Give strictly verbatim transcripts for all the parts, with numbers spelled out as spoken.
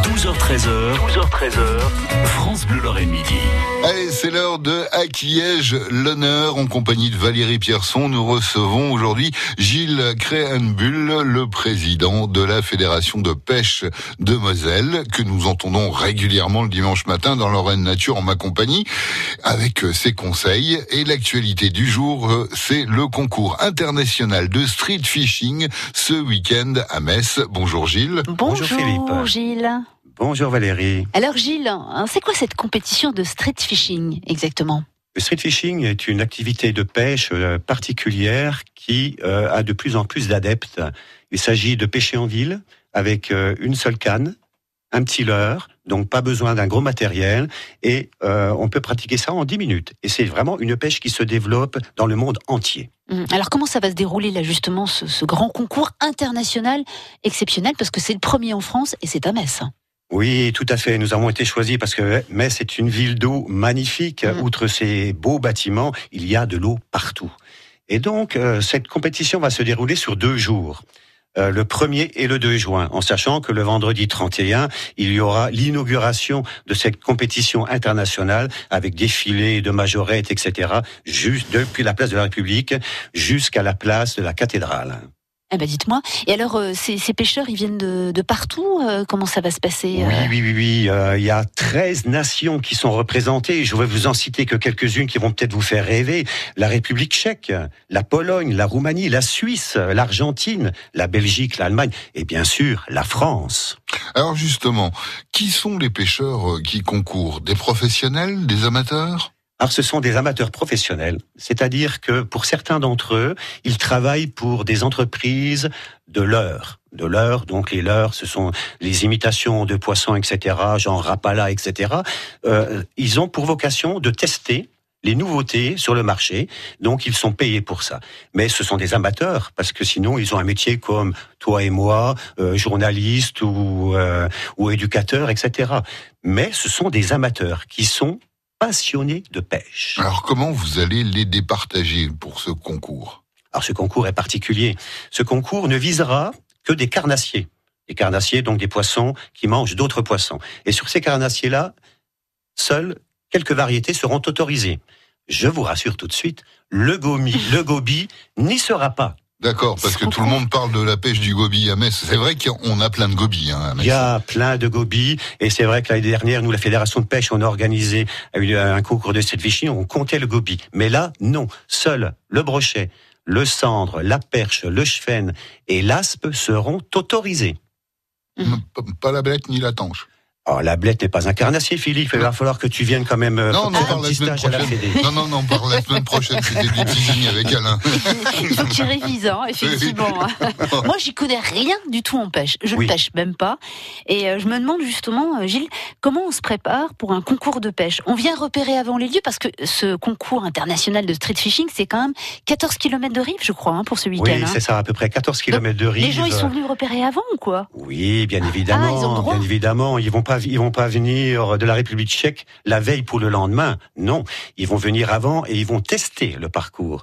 douze heures treize, douze heures treize, France Bleu Lorraine Midi. Allez, c'est l'heure de À qui ai-je l'honneur. En compagnie de Valérie Pierson, nous recevons aujourd'hui Gilles Créhenbuhl, le président de la Fédération de pêche de Moselle, que nous entendons régulièrement le dimanche matin dans Lorraine Nature en ma compagnie, avec ses conseils. Et l'actualité du jour, c'est le concours international de street fishing ce week-end à Metz. Bonjour Gilles. Bonjour, Bonjour Philippe. Gilles. Bonjour Valérie. Alors Gilles, c'est quoi cette compétition de street fishing exactement ? Le street fishing est une activité de pêche particulière qui euh, a de plus en plus d'adeptes. Il s'agit de pêcher en ville avec euh, une seule canne, un petit leurre, donc pas besoin d'un gros matériel, et euh, on peut pratiquer ça en dix minutes. Et c'est vraiment une pêche qui se développe dans le monde entier. Alors comment ça va se dérouler là justement, ce, ce grand concours international exceptionnel, parce que c'est le premier en France et c'est à Metz. Oui, tout à fait. Nous avons été choisis parce que Metz est une ville d'eau magnifique. Mmh. Outre ces beaux bâtiments, il y a de l'eau partout. Et donc, euh, cette compétition va se dérouler sur deux jours. Euh, le premier et le deux juin, en sachant que le vendredi trente et un, il y aura l'inauguration de cette compétition internationale avec défilé de majorettes, et cetera, juste depuis la place de la République jusqu'à la place de la cathédrale. Eh ben dites-moi. Et alors, euh, ces, ces pêcheurs, ils viennent de, de partout. Euh, comment ça va se passer ? Oui, oui, oui, oui. Euh, il y a treize nations qui sont représentées. Je vais vous en citer que quelques-unes qui vont peut-être vous faire rêver. La République tchèque, la Pologne, la Roumanie, la Suisse, l'Argentine, la Belgique, l'Allemagne et bien sûr la France. Alors justement, qui sont les pêcheurs qui concourent ? Des professionnels, des amateurs ? Alors, ce sont des amateurs professionnels, c'est-à-dire que pour certains d'entre eux, ils travaillent pour des entreprises de leurres. De leurres, donc les leurres, ce sont les imitations de poissons, et cetera, genre Rapala, et cetera. Euh, ils ont pour vocation de tester les nouveautés sur le marché, donc ils sont payés pour ça. Mais ce sont des amateurs, parce que sinon ils ont un métier comme toi et moi, euh, journalistes ou, euh, ou éducateurs, et cetera. Mais ce sont des amateurs qui sont passionnés de pêche. Alors comment vous allez les départager pour ce concours ? Alors ce concours est particulier. Ce concours ne visera que des carnassiers. Des carnassiers, donc des poissons qui mangent d'autres poissons. Et sur ces carnassiers-là, seules quelques variétés seront autorisées. Je vous rassure tout de suite, le gomi, le goby n'y sera pas. D'accord, parce que tout le monde parle de la pêche du goby à Metz. C'est vrai qu'on a plein de gobies hein, à Metz. Il y a plein de gobies, et c'est vrai que l'année dernière, nous, la Fédération de pêche, on a organisé un concours de street fishing, on comptait le goby. Mais là, non. Seul le brochet, le cendre, la perche, le chevenne et l'aspe seront autorisés. Mmh. Pas la blette ni la tanche. Oh, la blette n'est pas un carnassier, Philippe. Il va falloir que tu viennes quand même euh, non, non, faire un petit stage à la Fédé. Non, non, non, par la semaine prochaine, c'est début de cuisine avec Alain. Il faut que tu révises, hein, effectivement. Moi, j'y connais rien du tout en pêche. Je ne oui. pêche même pas. Et euh, je me demande justement, Gilles, comment on se prépare pour un concours de pêche ? On vient repérer avant les lieux, parce que ce concours international de street fishing, c'est quand même quatorze kilomètres de rive, je crois, hein, pour ce week-end. Oui, hein. c'est ça, à peu près quatorze kilomètres de rive. Les gens, ils sont venus repérer avant ou quoi ? Oui, bien évidemment. Ah, ils ont le droit. Bien évidemment, ils vont pas, ils vont pas venir de la République tchèque la veille pour le lendemain. Non, ils vont venir avant et ils vont tester le parcours.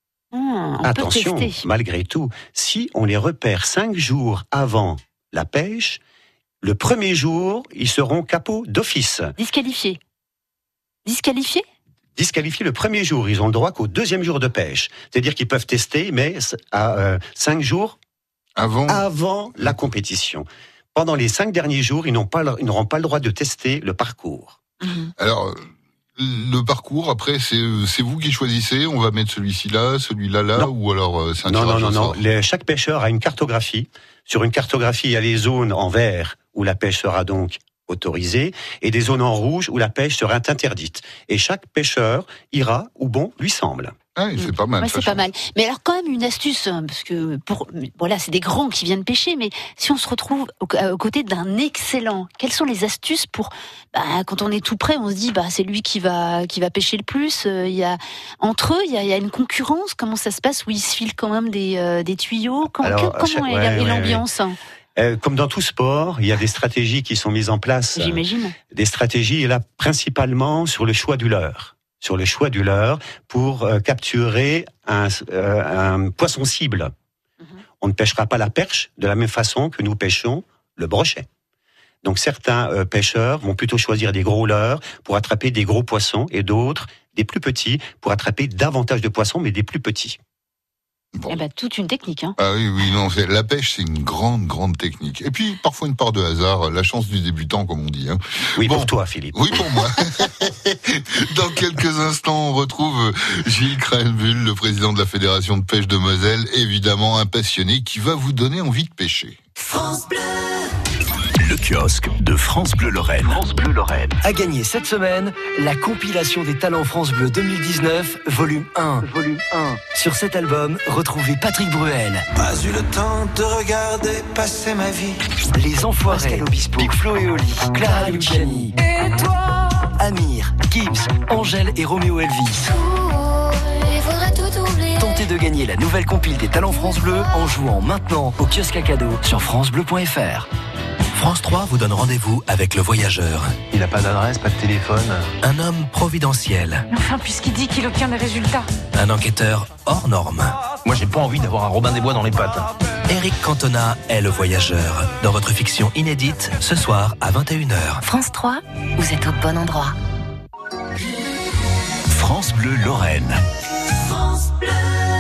Ah, Attention, malgré tout, si on les repère cinq jours avant la pêche, le premier jour, ils seront capots d'office. Disqualifiés. Disqualifiés ? Disqualifiés le premier jour. Ils ont le droit qu'au deuxième jour de pêche. C'est-à-dire qu'ils peuvent tester, mais à euh, cinq jours avant, avant la compétition. Pendant les cinq derniers jours, ils n'ont pas, ils n'auront pas le droit de tester le parcours. Mmh. Alors, le parcours, après, c'est, c'est vous qui choisissez. On va mettre celui-ci là, celui-là là, non. Ou alors c'est un non, tirage non, au non, sort. non. Les, chaque pêcheur a une cartographie. Sur une cartographie, il y a les zones en vert où la pêche sera donc autorisée et des zones en rouge où la pêche sera interdite. Et chaque pêcheur ira où bon lui semble. Ah, c'est pas mal. Ouais, c'est pas mal. Mais alors quand même une astuce, hein, parce que pour voilà, c'est des grands qui viennent pêcher, mais si on se retrouve aux, aux côtés d'un excellent, quelles sont les astuces pour bah, quand on est tout près, on se dit bah c'est lui qui va qui va pêcher le plus. Il euh, y a entre eux, il y a, y a une concurrence. Comment ça se passe où ils se filent quand même des euh, des tuyaux. Comment, alors, que, comment ouais, est, ouais, est l'ambiance ouais. Euh, comme dans tout sport, il y a des stratégies qui sont mises en place. J'imagine. Des stratégies, et là, principalement sur le choix du leurre. Sur le choix du leurre pour euh, capturer un, euh, un poisson cible. Mm-hmm. On ne pêchera pas la perche de la même façon que nous pêchons le brochet. Donc certains euh, pêcheurs vont plutôt choisir des gros leurres pour attraper des gros poissons et d'autres des plus petits pour attraper davantage de poissons mais des plus petits. Bon. Eh ben, toute une technique, hein. Ah oui, oui, non, c'est, la pêche, c'est une grande, grande technique. Et puis, parfois une part de hasard, la chance du débutant, comme on dit. Hein. Oui, bon, pour toi, Philippe. Oui, pour moi. Dans quelques instants, on retrouve Gilles Crahenbuhl, le président de la Fédération de pêche de Moselle, évidemment un passionné qui va vous donner envie de pêcher. France Bleu. Le kiosque de France Bleu Lorraine. France Bleu Lorraine. A gagné cette semaine la compilation des talents France Bleu deux mille dix-neuf, volume un. Volume un. Sur cet album, retrouvez Patrick Bruel. Pas eu le temps de regarder passer ma vie. Les Enfoirés, Pascal Obispo, Big Flo et Oli, Clara Luciani. Et toi Amir, Gibbs, Angèle et Roméo Elvis. Il faudrait tout oublier. Tentez de gagner la nouvelle compile des talents France Bleu en jouant maintenant au kiosque à cadeaux sur francebleu point f r. France trois vous donne rendez-vous avec le voyageur. Il n'a pas d'adresse, pas de téléphone. Un homme providentiel. Enfin, puisqu'il dit qu'il obtient des résultats. Un enquêteur hors norme. Moi, j'ai pas envie d'avoir un Robin des Bois dans les pattes. Éric Cantona est le voyageur. Dans votre fiction inédite, ce soir à vingt et une heures. France trois, vous êtes au bon endroit. France Bleu Lorraine. France Bleu.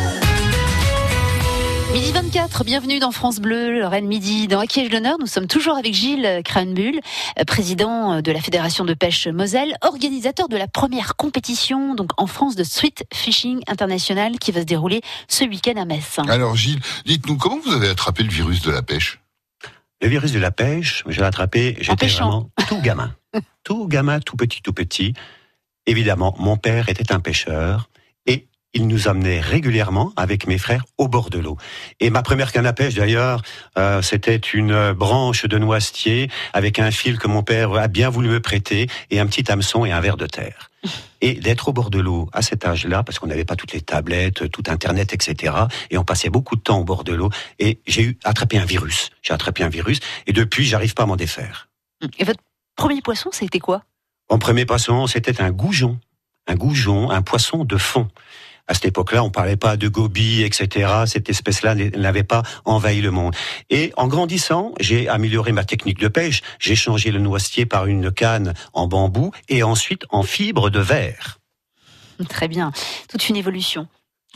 Midi vingt-quatre, bienvenue dans France Bleu, Lorraine Midi. Dans À qui ai-je l'honneur, nous sommes toujours avec Gilles Crahenbuhl, président de la Fédération de pêche Moselle, organisateur de la première compétition donc en France de Street Fishing International qui va se dérouler ce week-end à Metz. Alors Gilles, dites-nous, comment vous avez attrapé le virus de la pêche ? Le virus de la pêche, je l'ai attrapé, j'étais pêchant. vraiment tout gamin. tout gamin, tout petit, tout petit. Évidemment, mon père était un pêcheur et il nous amenait régulièrement avec mes frères au bord de l'eau. Et ma première canne à pêche d'ailleurs, euh, c'était une branche de noisetier avec un fil que mon père a bien voulu me prêter et un petit hameçon et un verre de terre. Et d'être au bord de l'eau à cet âge-là, parce qu'on n'avait pas toutes les tablettes, tout Internet, et cetera. Et on passait beaucoup de temps au bord de l'eau. Et j'ai eu attrapé un virus. J'ai attrapé un virus et depuis, j'arrive pas à m'en défaire. Et votre premier poisson, ça a été quoi ? Mon premier poisson, c'était un goujon. Un goujon, un poisson de fond. À cette époque-là, on parlait pas de gobies, et cetera. Cette espèce-là n'avait pas envahi le monde. Et en grandissant, j'ai amélioré ma technique de pêche. J'ai changé le noisetier par une canne en bambou et ensuite en fibre de verre. Très bien, toute une évolution.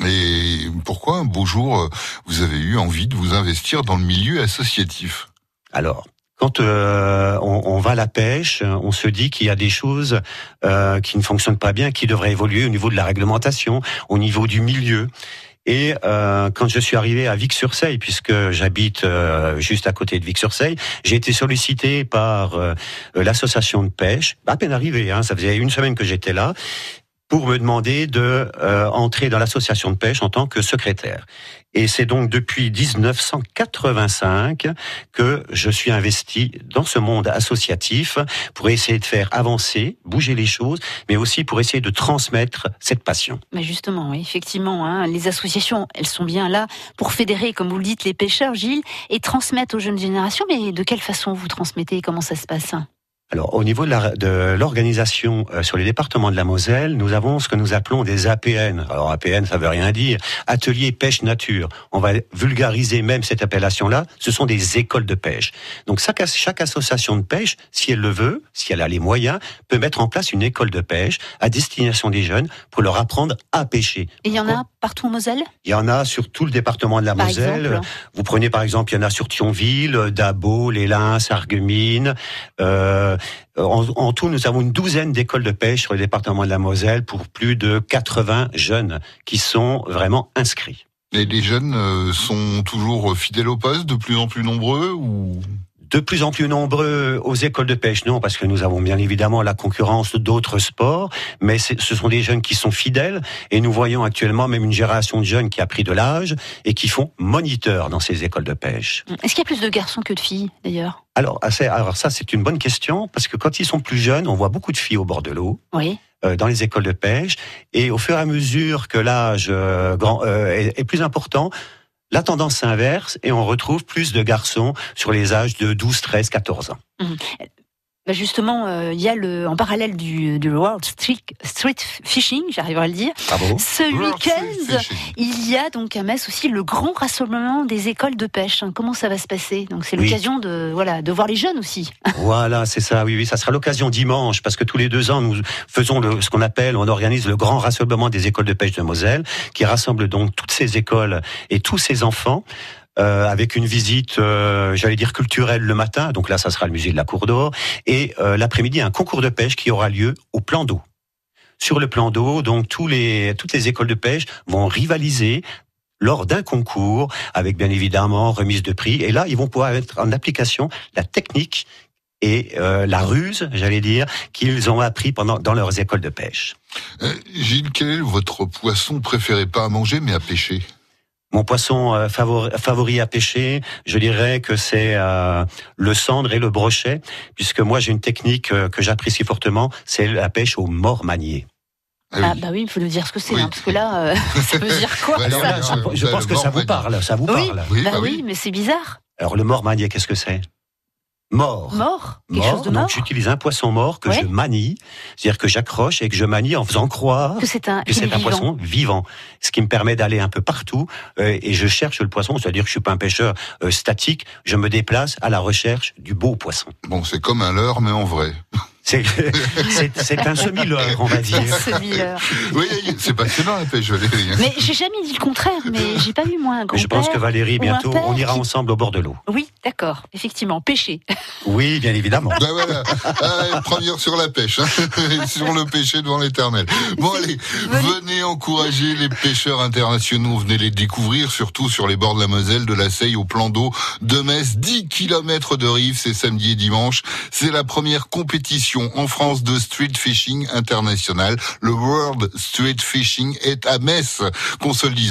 Et pourquoi un beau jour, vous avez eu envie de vous investir dans le milieu associatif ? Alors, quand euh, on, on va à la pêche, on se dit qu'il y a des choses euh, qui ne fonctionnent pas bien, qui devraient évoluer au niveau de la réglementation, au niveau du milieu. Et euh, quand je suis arrivé à Vic-sur-Seille, puisque j'habite euh, juste à côté de Vic-sur-Seille, j'ai été sollicité par euh, l'association de pêche, à peine arrivé, hein, ça faisait une semaine que j'étais là, pour me demander de euh, entrer dans l'association de pêche en tant que secrétaire. Et c'est donc depuis dix-neuf cent quatre-vingt-cinq que je suis investi dans ce monde associatif pour essayer de faire avancer, bouger les choses, mais aussi pour essayer de transmettre cette passion. Mais justement, oui, effectivement, hein, les associations, elles sont bien là pour fédérer, comme vous le dites, les pêcheurs, Gilles, et transmettre aux jeunes générations. Mais de quelle façon vous transmettez ? Comment ça se passe ? Alors, au niveau de, la, de l'organisation euh, sur les départements de la Moselle, nous avons ce que nous appelons des A P N. Alors, A P N, ça veut rien dire. Atelier pêche nature. On va vulgariser même cette appellation-là. Ce sont des écoles de pêche. Donc, chaque, chaque association de pêche, si elle le veut, si elle a les moyens, peut mettre en place une école de pêche à destination des jeunes pour leur apprendre à pêcher. Et il y en a partout en Moselle ? Il y en a sur tout le département de la par Moselle. Exemple. Vous prenez par exemple, il y en a sur Thionville, Dabo, Les Lins, Sarreguemines. Euh, en, en tout, nous avons une douzaine d'écoles de pêche sur le département de la Moselle pour plus de quatre-vingts jeunes qui sont vraiment inscrits. Et les jeunes euh, sont toujours fidèles au poste, de plus en plus nombreux ou... De plus en plus nombreux aux écoles de pêche, non, parce que nous avons bien évidemment la concurrence d'autres sports, mais ce sont des jeunes qui sont fidèles, et nous voyons actuellement même une génération de jeunes qui a pris de l'âge et qui font moniteur dans ces écoles de pêche. Est-ce qu'il y a plus de garçons que de filles, d'ailleurs ? Alors, alors ça, c'est une bonne question, parce que quand ils sont plus jeunes, on voit beaucoup de filles au bord de l'eau. Oui. Euh, dans les écoles de pêche, et au fur et à mesure que l'âge euh, grand, euh, est, est plus important, la tendance s'inverse et on retrouve plus de garçons sur les âges de douze, treize, quatorze ans. Mmh. bah justement, il euh, y a le, en parallèle du, du World Street, Street Fishing, j'arriverai à le dire. Ah bon Ce week-end, il y a donc à Metz aussi le grand rassemblement des écoles de pêche. Comment ça va se passer? Donc c'est l'occasion oui. de, voilà, de voir les jeunes aussi. Voilà, c'est ça, oui, oui, ça sera l'occasion dimanche, parce que tous les deux ans, nous faisons le, ce qu'on appelle, on organise le grand rassemblement des écoles de pêche de Moselle, qui rassemble donc toutes ces écoles et tous ces enfants. Euh, avec une visite, euh, j'allais dire culturelle le matin, donc là ça sera le musée de la Cour d'Or, et euh, l'après-midi un concours de pêche qui aura lieu au plan d'eau. Sur le plan d'eau, donc tous les, toutes les écoles de pêche vont rivaliser lors d'un concours, avec bien évidemment remise de prix, et là ils vont pouvoir mettre en application la technique et euh, la ruse, j'allais dire, qu'ils ont appris pendant dans leurs écoles de pêche. Euh, Gilles, quel est votre poisson préféré, pas à manger mais à pêcher? Mon poisson euh, favori, favori à pêcher, je dirais que c'est euh, le cendre et le brochet, puisque moi j'ai une technique euh, que j'apprécie fortement, c'est la pêche au mort-manier. Ah, oui. ah bah oui, il faut nous dire ce que c'est, oui. hein, parce que là, euh, ça veut dire quoi bah, ça alors là, je, je pense que ça vous parle, ça vous oui, parle. Oui, bah, bah oui, mais c'est bizarre. Alors le mort-manier, qu'est-ce que c'est? Mort. Mort Quelque mort, chose de mort. Donc j'utilise un poisson mort que ouais. je manie, c'est-à-dire que j'accroche et que je manie en faisant croire que c'est un, que c'est un poisson vivant, ce qui me permet d'aller un peu partout euh, et je cherche le poisson, c'est-à-dire que je suis pas un pêcheur euh, statique, je me déplace à la recherche du beau poisson. Bon, c'est comme un leurre mais en vrai. C'est, c'est, c'est un semi-leurre, on va dire. Un semi-leurre. Oui, c'est passionnant la pêche, Valérie. Mais j'ai jamais dit le contraire, mais j'ai pas vu moi un grand-père. Je pense que Valérie, bientôt, on ira qui... ensemble au bord de l'eau. Oui, d'accord, effectivement, pêcher. Oui, bien évidemment. Ben voilà, ah, première sur la pêche, hein. Sur le pêcher devant l'éternel. Bon allez, venez encourager les pêcheurs internationaux, venez les découvrir, surtout sur les bords de la Moselle, de la Seille au plan d'eau de Metz, dix kilomètres de rive, c'est samedi et dimanche. C'est la première compétition en France de street fishing international. Le World Street Fishing est à Metz, qu'on se le dise.